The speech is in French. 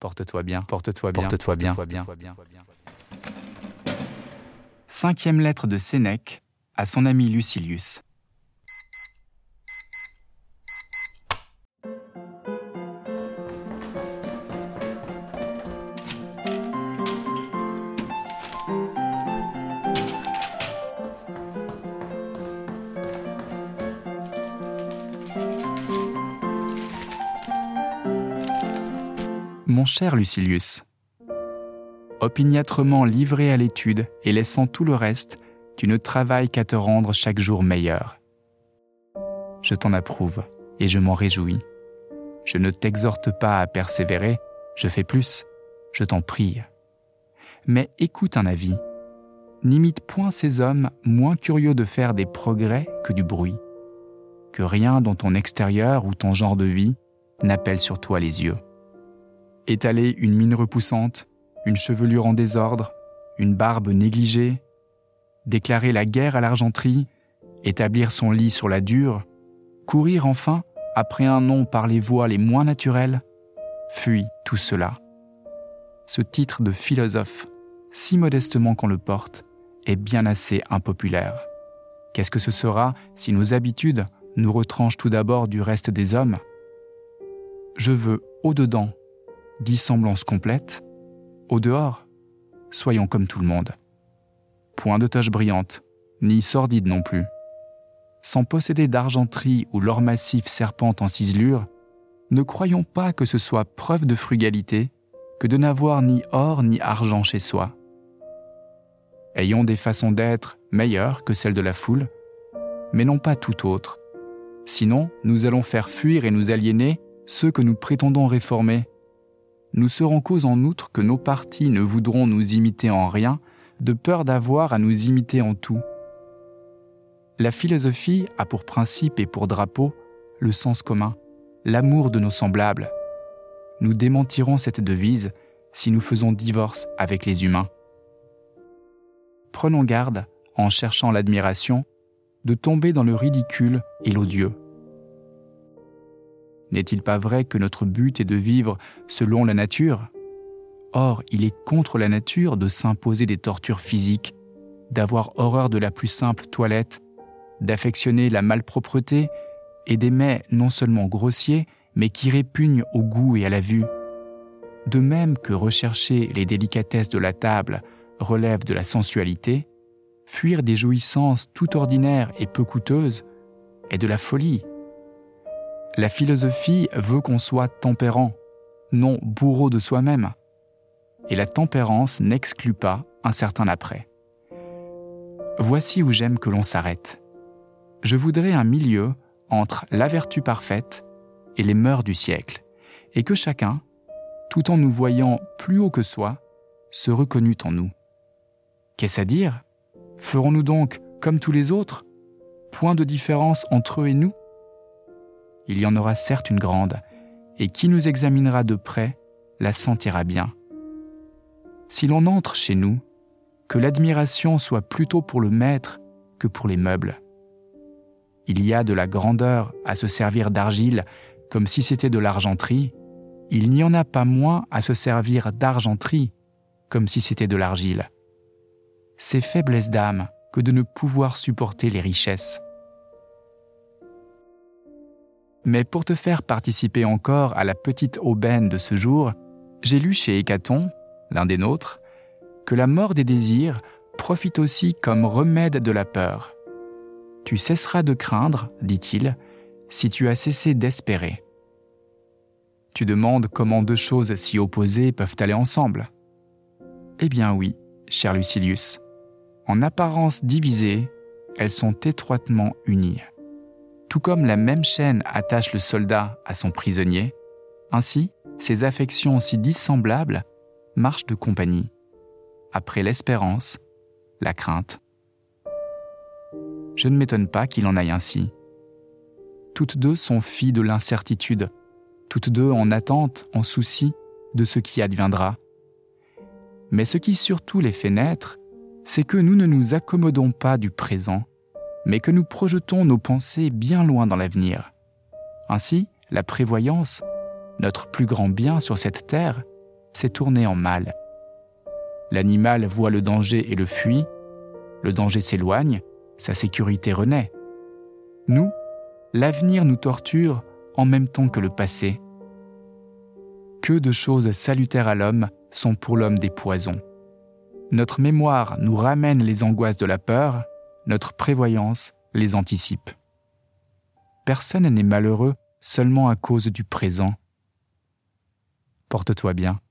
porte-toi bien, porte-toi bien, porte-toi bien, porte-toi bien. 5e lettre de Sénèque à son ami Lucilius. Mon cher Lucilius, opiniâtrement livré à l'étude et laissant tout le reste, tu ne travailles qu'à te rendre chaque jour meilleur. Je t'en approuve et je m'en réjouis. Je ne t'exhorte pas à persévérer, je fais plus, je t'en prie. Mais écoute un avis. N'imite point ces hommes moins curieux de faire des progrès que du bruit, que rien dans ton extérieur ou ton genre de vie n'appelle sur toi les yeux. Étaler une mine repoussante, une chevelure en désordre, une barbe négligée, déclarer la guerre à l'argenterie, établir son lit sur la dure, courir enfin après un nom par les voies les moins naturelles, fuis tout cela. Ce titre de philosophe, si modestement qu'on le porte, est bien assez impopulaire. Qu'est-ce que ce sera si nos habitudes nous retranchent tout d'abord du reste des hommes ? Je veux, au-dedans, dissemblance complète, au dehors, soyons comme tout le monde. Point de toche brillante, ni sordide non plus. Sans posséder d'argenterie ou l'or massif serpente en ciselure, ne croyons pas que ce soit preuve de frugalité que de n'avoir ni or ni argent chez soi. Ayons des façons d'être meilleures que celles de la foule, mais non pas tout autre. Sinon, nous allons faire fuir et nous aliéner ceux que nous prétendons réformer. Nous serons cause en outre que nos partis ne voudront nous imiter en rien, de peur d'avoir à nous imiter en tout. La philosophie a pour principe et pour drapeau le sens commun, l'amour de nos semblables. Nous démentirons cette devise si nous faisons divorce avec les humains. Prenons garde, en cherchant l'admiration, de tomber dans le ridicule et l'odieux. N'est-il pas vrai que notre but est de vivre selon la nature ? Or, il est contre la nature de s'imposer des tortures physiques, d'avoir horreur de la plus simple toilette, d'affectionner la malpropreté et des mets non seulement grossiers, mais qui répugnent au goût et à la vue. De même que rechercher les délicatesses de la table relève de la sensualité, fuir des jouissances tout ordinaires et peu coûteuses est de la folie. La philosophie veut qu'on soit tempérant, non bourreau de soi-même. Et la tempérance n'exclut pas un certain après. Voici où j'aime que l'on s'arrête. Je voudrais un milieu entre la vertu parfaite et les mœurs du siècle, et que chacun, tout en nous voyant plus haut que soi, se reconnût en nous. Qu'est-ce à dire ? Ferons-nous donc comme tous les autres ? Point de différence entre eux et nous ? Il y en aura certes une grande, et qui nous examinera de près la sentira bien. Si l'on entre chez nous, que l'admiration soit plutôt pour le maître que pour les meubles. Il y a de la grandeur à se servir d'argile comme si c'était de l'argenterie, il n'y en a pas moins à se servir d'argenterie comme si c'était de l'argile. C'est faiblesse d'âme que de ne pouvoir supporter les richesses. Mais pour te faire participer encore à la petite aubaine de ce jour, j'ai lu chez Hécaton, l'un des nôtres, que la mort des désirs profite aussi comme remède de la peur. Tu cesseras de craindre, dit-il, si tu as cessé d'espérer. Tu demandes comment deux choses si opposées peuvent aller ensemble. Eh bien oui, cher Lucilius, en apparence divisées, elles sont étroitement unies. Tout comme la même chaîne attache le soldat à son prisonnier, ainsi, ces affections si dissemblables marchent de compagnie. Après l'espérance, la crainte. Je ne m'étonne pas qu'il en aille ainsi. Toutes deux sont filles de l'incertitude, toutes deux en attente, en souci de ce qui adviendra. Mais ce qui surtout les fait naître, c'est que nous ne nous accommodons pas du présent, mais que nous projetons nos pensées bien loin dans l'avenir. Ainsi, la prévoyance, notre plus grand bien sur cette terre, s'est tourné en mal. L'animal voit le danger et le fuit, le danger s'éloigne, sa sécurité renaît. Nous, l'avenir nous torture en même temps que le passé. Que de choses salutaires à l'homme sont pour l'homme des poisons. Notre mémoire nous ramène les angoisses de la peur, notre prévoyance les anticipe. Personne n'est malheureux seulement à cause du présent. Porte-toi bien.